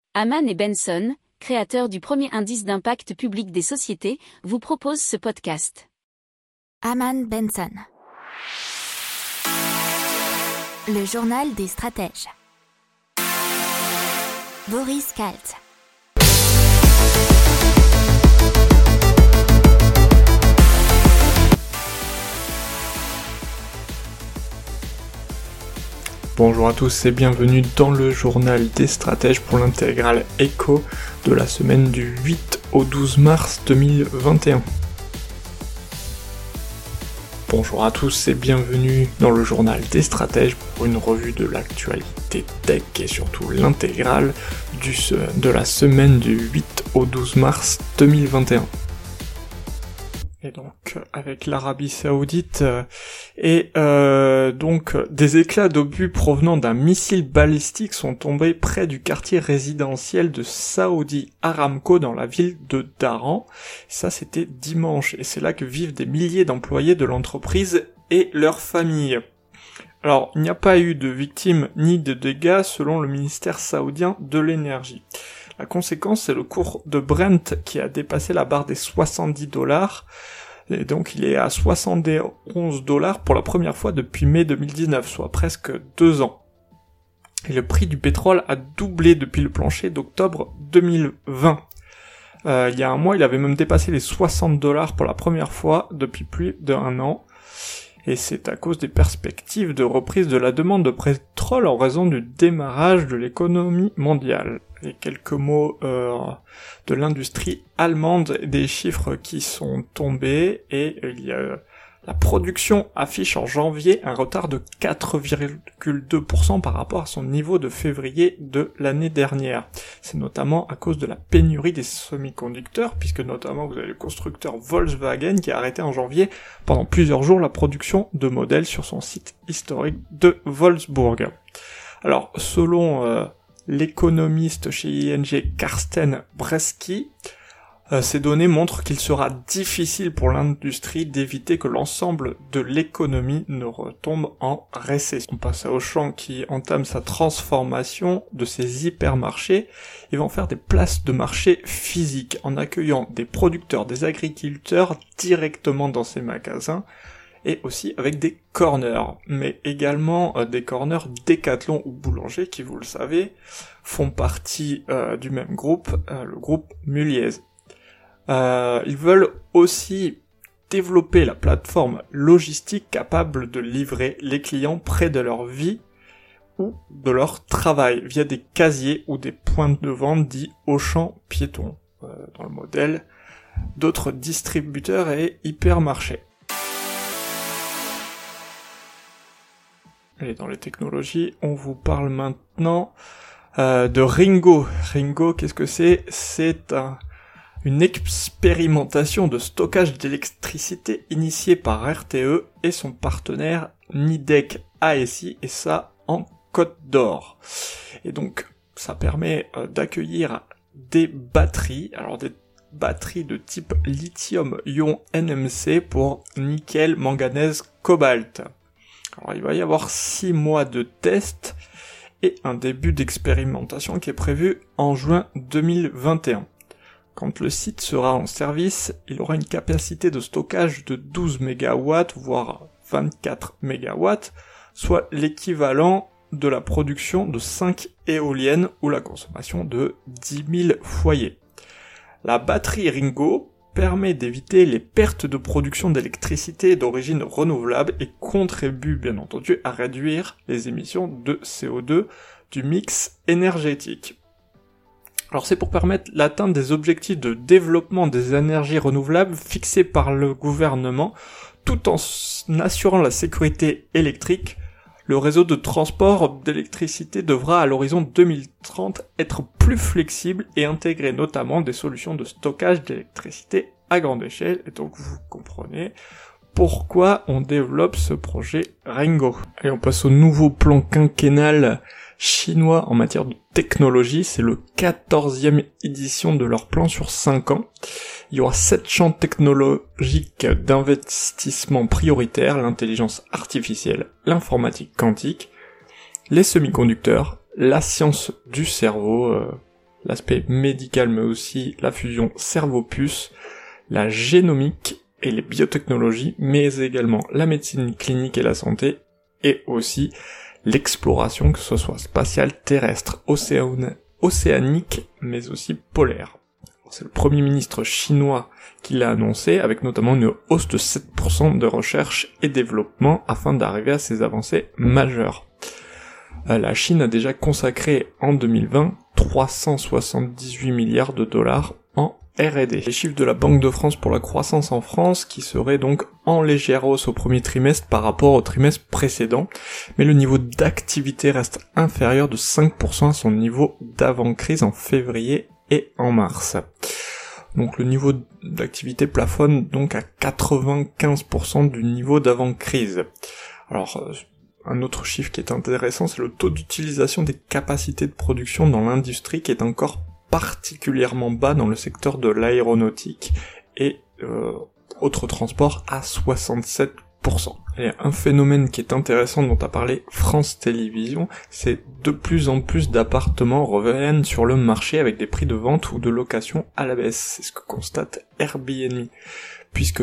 Hamann et Benson, créateurs du premier indice d'impact public des sociétés, vous proposent ce podcast. Hamann Benson. Le journal des stratèges. Boris Kalt. Bonjour à tous et bienvenue dans le journal des stratèges pour l'intégrale Écho de la semaine du 8 au 12 mars 2021. Bonjour à tous et bienvenue dans le journal des stratèges pour une revue de l'actualité tech et surtout l'intégrale de la semaine du 8 au 12 mars 2021. Et donc avec l'Arabie Saoudite donc des éclats d'obus provenant d'un missile balistique sont tombés près du quartier résidentiel de Saudi Aramco dans la ville de Dharan. Ça c'était dimanche et c'est là que vivent des milliers d'employés de l'entreprise et leurs familles. Alors, il n'y a pas eu de victimes ni de dégâts selon le ministère saoudien de l'énergie. La conséquence, c'est le cours de Brent qui a dépassé la barre des $70. Et donc, il est à $71 pour la première fois depuis mai 2019, soit presque 2 ans. Et le prix du pétrole a doublé depuis le plancher d'octobre 2020. Il y a un mois, il avait même dépassé les $60 pour la première fois depuis plus d'1 an. Et c'est à cause des perspectives de reprise de la demande de pétrole en raison du démarrage de l'économie mondiale. Et quelques mots de l'industrie allemande, des chiffres qui sont tombés, et il y a la production affiche en janvier un retard de 4,2% par rapport à son niveau de février de l'année dernière. C'est notamment à cause de la pénurie des semi-conducteurs, puisque notamment vous avez le constructeur Volkswagen qui a arrêté en janvier pendant plusieurs jours la production de modèles sur son site historique de Wolfsburg. Alors, selon l'économiste chez ING Carsten Bresky, ces données montrent qu'il sera difficile pour l'industrie d'éviter que l'ensemble de l'économie ne retombe en récession. On passe à Auchan qui entame sa transformation de ses hypermarchés. Ils vont faire des places de marché physiques en accueillant des producteurs, des agriculteurs directement dans ces magasins et aussi avec des corners, mais également des corners Decathlon ou Boulanger qui, vous le savez, font partie du même groupe, le groupe Mulliez. Ils veulent aussi développer la plateforme logistique capable de livrer les clients près de leur vie ou de leur travail via des casiers ou des points de vente dits Auchan piétons, dans le modèle d'autres distributeurs et hypermarchés. Et dans les technologies, on vous parle maintenant de Ringo. Ringo, qu'est-ce que c'est ? C'est une expérimentation de stockage d'électricité initiée par RTE et son partenaire Nidec ASI, et ça en Côte d'Or. Et donc, ça permet d'accueillir des batteries, alors des batteries de type lithium-ion NMC pour nickel, manganèse, cobalt. Alors, il va y avoir 6 mois de tests et un début d'expérimentation qui est prévu en juin 2021. Quand le site sera en service, il aura une capacité de stockage de 12 MW, voire 24 MW, soit l'équivalent de la production de 5 éoliennes ou la consommation de 10 000 foyers. La batterie Ringo permet d'éviter les pertes de production d'électricité d'origine renouvelable et contribue bien entendu à réduire les émissions de CO2 du mix énergétique. Alors c'est pour permettre l'atteinte des objectifs de développement des énergies renouvelables fixés par le gouvernement, tout en assurant la sécurité électrique. Le réseau de transport d'électricité devra à l'horizon 2030 être plus flexible et intégrer notamment des solutions de stockage d'électricité à grande échelle, et donc vous comprenez pourquoi on développe ce projet Ringo. Et on passe au nouveau plan quinquennal chinois en matière de technologie, c'est le 14e édition de leur plan sur 5 ans. Il y aura 7 champs technologiques d'investissement prioritaires, l'intelligence artificielle, l'informatique quantique, les semi-conducteurs, la science du cerveau, l'aspect médical mais aussi la fusion cerveau-puce, la génomique et les biotechnologies, mais également la médecine clinique et la santé, et aussi l'exploration, que ce soit spatiale, terrestre, océanique, mais aussi polaire. C'est le Premier ministre chinois qui l'a annoncé, avec notamment une hausse de 7% de recherche et développement afin d'arriver à ces avancées majeures. La Chine a déjà consacré en 2020 378 milliards de dollars en R&D. Les chiffres de la Banque de France pour la croissance en France qui seraient donc en légère hausse au premier trimestre par rapport au trimestre précédent, mais le niveau d'activité reste inférieur de 5% à son niveau d'avant-crise en février et en mars. Donc le niveau d'activité plafonne donc à 95% du niveau d'avant-crise. Alors un autre chiffre qui est intéressant, c'est le taux d'utilisation des capacités de production dans l'industrie qui est encore particulièrement bas dans le secteur de l'aéronautique et autres transports à 67%. Et un phénomène qui est intéressant dont a parlé France Télévisions, c'est de plus en plus d'appartements reviennent sur le marché avec des prix de vente ou de location à la baisse. C'est ce que constate Airbnb, puisque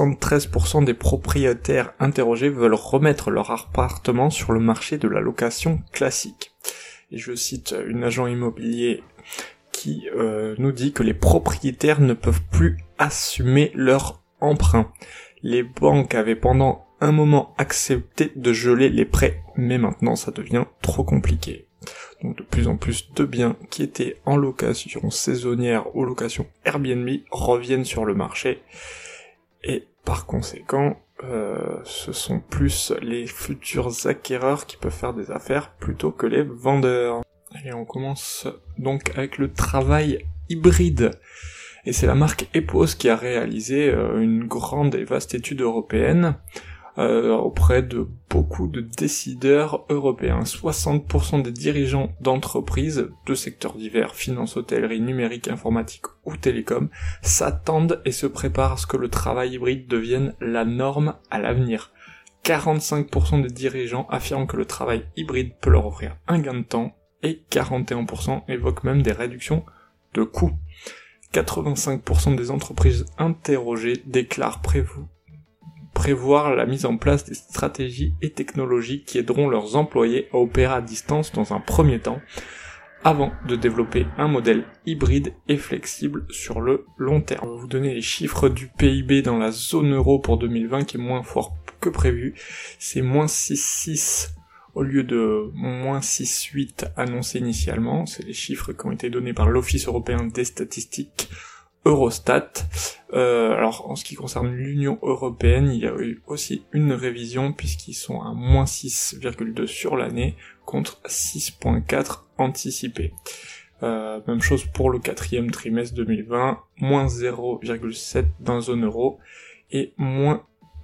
73% des propriétaires interrogés veulent remettre leur appartement sur le marché de la location classique. Et je cite une agent immobilier qui nous dit que les propriétaires ne peuvent plus assumer leur emprunt. Les banques avaient pendant un moment accepté de geler les prêts, mais maintenant ça devient trop compliqué. Donc de plus en plus de biens qui étaient en location saisonnière ou location Airbnb reviennent sur le marché, et par conséquent, ce sont plus les futurs acquéreurs qui peuvent faire des affaires plutôt que les vendeurs. Et on commence donc avec le travail hybride. Et c'est la marque Epos qui a réalisé une grande et vaste étude européenne auprès de beaucoup de décideurs européens. 60% des dirigeants d'entreprises de secteurs divers, finance, hôtellerie, numérique, informatique ou télécom, s'attendent et se préparent à ce que le travail hybride devienne la norme à l'avenir. 45% des dirigeants affirment que le travail hybride peut leur offrir un gain de temps et 41% évoquent même des réductions de coûts. 85% des entreprises interrogées déclarent prévoir la mise en place des stratégies et technologies qui aideront leurs employés à opérer à distance dans un premier temps, avant de développer un modèle hybride et flexible sur le long terme. On va vous donner les chiffres du PIB dans la zone euro pour 2020 qui est moins fort que prévu. C'est moins 6,6 au lieu de moins 6,8 annoncé initialement. C'est les chiffres qui ont été donnés par l'Office européen des statistiques, Eurostat. Alors en ce qui concerne l'Union européenne, il y a eu aussi une révision puisqu'ils sont à moins 6,2 sur l'année contre 6,4 anticipés. Même chose pour le quatrième trimestre 2020, moins 0,7 dans la zone euro et moins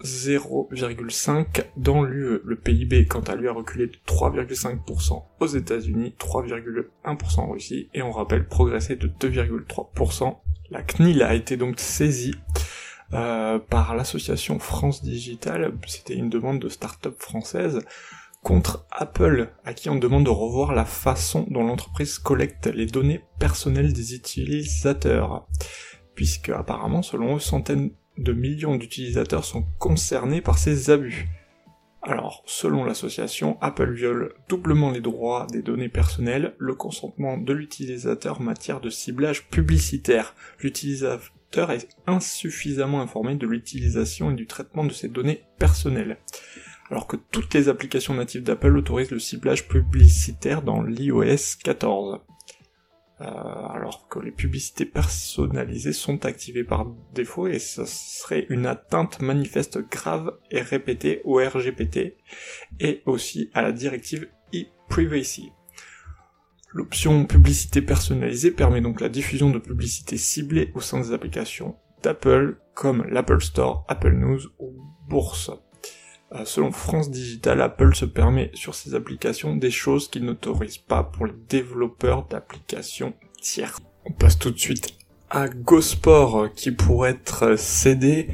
0,5 dans l'UE. Le PIB, quant à lui, a reculé de 3,5% aux États-Unis, 3,1% en Russie, et on rappelle progressé de 2,3%. La CNIL a été donc saisie par l'association France Digital, c'était une demande de start-up française, contre Apple, à qui on demande de revoir la façon dont l'entreprise collecte les données personnelles des utilisateurs, puisque apparemment, selon eux, centaines de millions d'utilisateurs sont concernés par ces abus. Alors, selon l'association, Apple viole doublement les droits des données personnelles, le consentement de l'utilisateur en matière de ciblage publicitaire. L'utilisateur est insuffisamment informé de l'utilisation et du traitement de ses données personnelles. Alors que toutes les applications natives d'Apple autorisent le ciblage publicitaire dans l'iOS 14. Alors que les publicités personnalisées sont activées par défaut et ce serait une atteinte manifeste grave et répétée au RGPD et aussi à la directive e-privacy. L'option publicité personnalisée permet donc la diffusion de publicités ciblées au sein des applications d'Apple comme l'Apple Store, Apple News ou Bourse. Selon France Digital, Apple se permet sur ses applications des choses qu'il n'autorise pas pour les développeurs d'applications tiers. On passe tout de suite à GoSport qui pourrait être cédé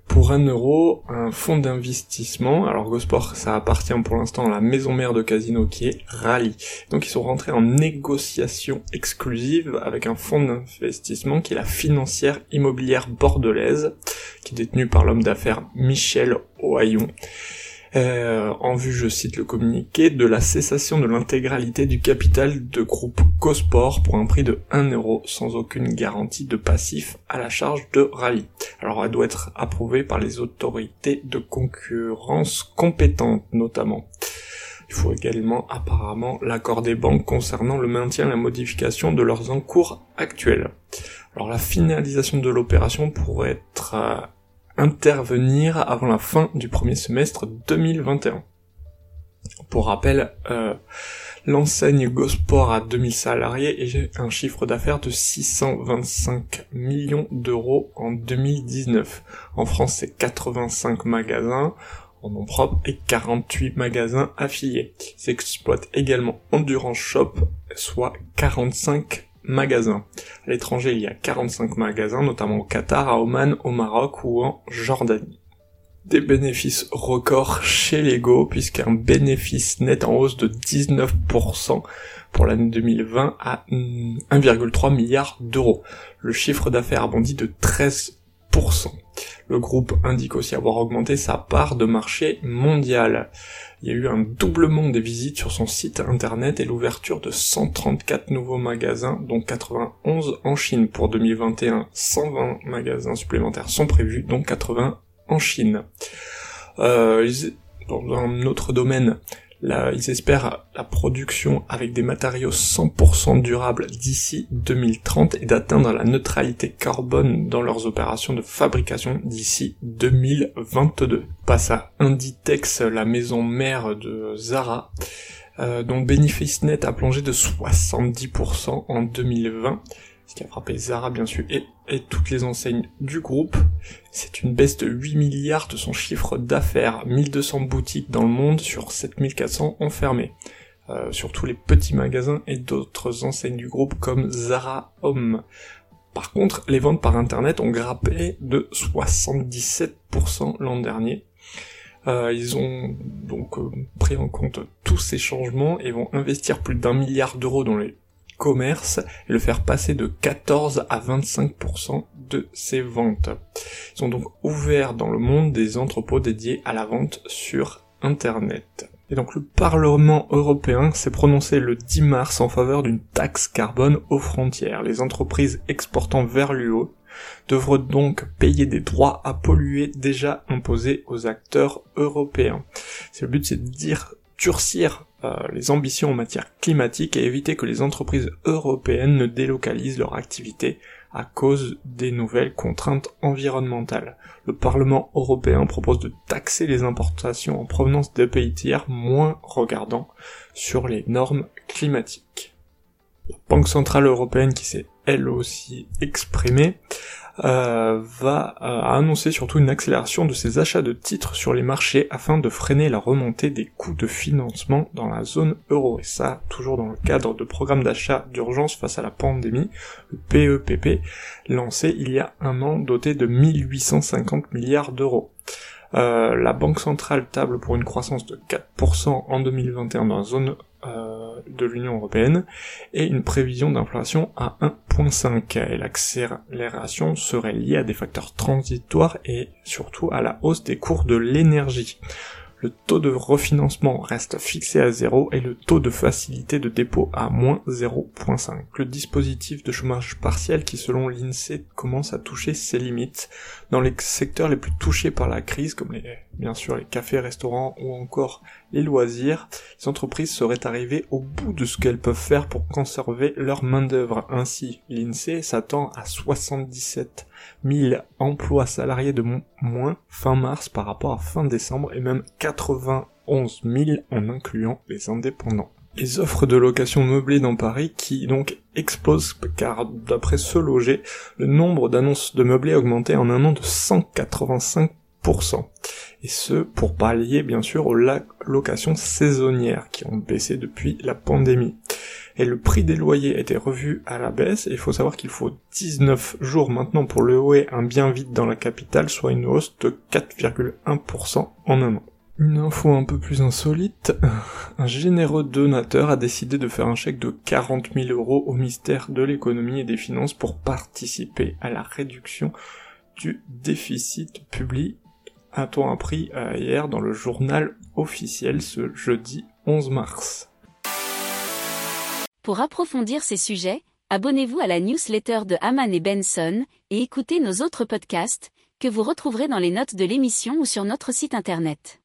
Pour 1 euro, un fonds d'investissement, alors Gosport ça appartient pour l'instant à la maison mère de casino qui est Rally. Donc ils sont rentrés en négociation exclusive avec un fonds d'investissement qui est la financière immobilière bordelaise, qui est détenue par l'homme d'affaires Michel Ohaillon. En vue, je cite le communiqué, de la cessation de l'intégralité du capital de groupe Gosport pour un prix de 1 euro sans aucune garantie de passif à la charge de Rally. Alors elle doit être approuvée par les autorités de concurrence compétentes notamment. Il faut également apparemment l'accord des banques concernant le maintien et la modification de leurs encours actuels. Alors la finalisation de l'opération pourrait être intervenir avant la fin du premier semestre 2021. Pour rappel, l'enseigne Gosport a 2000 salariés et un chiffre d'affaires de 625 millions d'euros en 2019. En France, c'est 85 magasins en nom propre et 48 magasins affiliés. Ils exploitent également Endurance Shop, soit 45 magasins. À l'étranger, il y a 45 magasins, notamment au Qatar, à Oman, au Maroc ou en Jordanie. Des bénéfices records chez Lego, puisqu'un bénéfice net en hausse de 19% pour l'année 2020 à 1,3 milliard d'euros. Le chiffre d'affaires a bondi de 13%. Le groupe indique aussi avoir augmenté sa part de marché mondial. Il y a eu un doublement des visites sur son site internet et l'ouverture de 134 nouveaux magasins, dont 91 en Chine. Pour 2021, 120 magasins supplémentaires sont prévus, dont 80 en Chine. Dans un autre domaine, ils espèrent la production avec des matériaux 100% durables d'ici 2030 et d'atteindre la neutralité carbone dans leurs opérations de fabrication d'ici 2022. Passe à Inditex, la maison mère de Zara, dont le bénéfice net a plongé de 70% en 2020, ce qui a frappé Zara bien sûr et toutes les enseignes du groupe. C'est une baisse de 8 milliards de son chiffre d'affaires, 1200 boutiques dans le monde sur 7400 ont fermé. Surtout les petits magasins et d'autres enseignes du groupe comme Zara Home. Par contre, les ventes par internet ont grimpé de 77% l'an dernier. Ils ont donc pris en compte tous ces changements et vont investir plus d'1 milliard d'euros dans les commerce et le faire passer de 14 à 25% de ses ventes. Ils ont donc ouvert dans le monde des entrepôts dédiés à la vente sur Internet. Et donc le Parlement européen s'est prononcé le 10 mars en faveur d'une taxe carbone aux frontières. Les entreprises exportant vers l'UE devront donc payer des droits à polluer déjà imposés aux acteurs européens. Le but, c'est de durcir les ambitions en matière climatique et éviter que les entreprises européennes ne délocalisent leur activité à cause des nouvelles contraintes environnementales. Le Parlement européen propose de taxer les importations en provenance des pays tiers moins regardants sur les normes climatiques. La Banque Centrale Européenne, qui s'est elle aussi exprimée, va annoncer surtout une accélération de ses achats de titres sur les marchés afin de freiner la remontée des coûts de financement dans la zone euro. Et ça, toujours dans le cadre de programmes d'achat d'urgence face à la pandémie, le PEPP, lancé il y a un an, doté de 1850 milliards d'euros. La Banque Centrale table pour une croissance de 4% en 2021 dans la zone de l'Union Européenne et une prévision d'inflation à 1,5. Et l'accélération serait liée à des facteurs transitoires et surtout à la hausse des cours de l'énergie. Le taux de refinancement reste fixé à 0 et le taux de facilité de dépôt à moins 0,5. Le dispositif de chômage partiel qui, selon l'INSEE, commence à toucher ses limites. Dans les secteurs les plus touchés par la crise, comme bien sûr les cafés, restaurants ou encore les loisirs, les entreprises seraient arrivées au bout de ce qu'elles peuvent faire pour conserver leur main-d'œuvre. Ainsi, l'INSEE s'attend à 77 000 emplois salariés de moins fin mars par rapport à fin décembre et même 91 000 en incluant les indépendants. Les offres de location meublée dans Paris qui donc explosent car d'après Se Loger, le nombre d'annonces de meublés a augmenté en un an de 185%. Et ce, pour pallier bien sûr aux locations saisonnières qui ont baissé depuis la pandémie. et le prix des loyers a été revu à la baisse, et il faut savoir qu'il faut 19 jours maintenant pour louer un bien vide dans la capitale, soit une hausse de 4,1% en un an. Une info un peu plus insolite, un généreux donateur a décidé de faire un chèque de 40 000 € au ministère de l'économie et des finances pour participer à la réduction du déficit public, a-t-on appris hier dans le journal officiel ce jeudi 11 mars. Pour approfondir ces sujets, abonnez-vous à la newsletter de Hamann et Benson et écoutez nos autres podcasts que vous retrouverez dans les notes de l'émission ou sur notre site internet.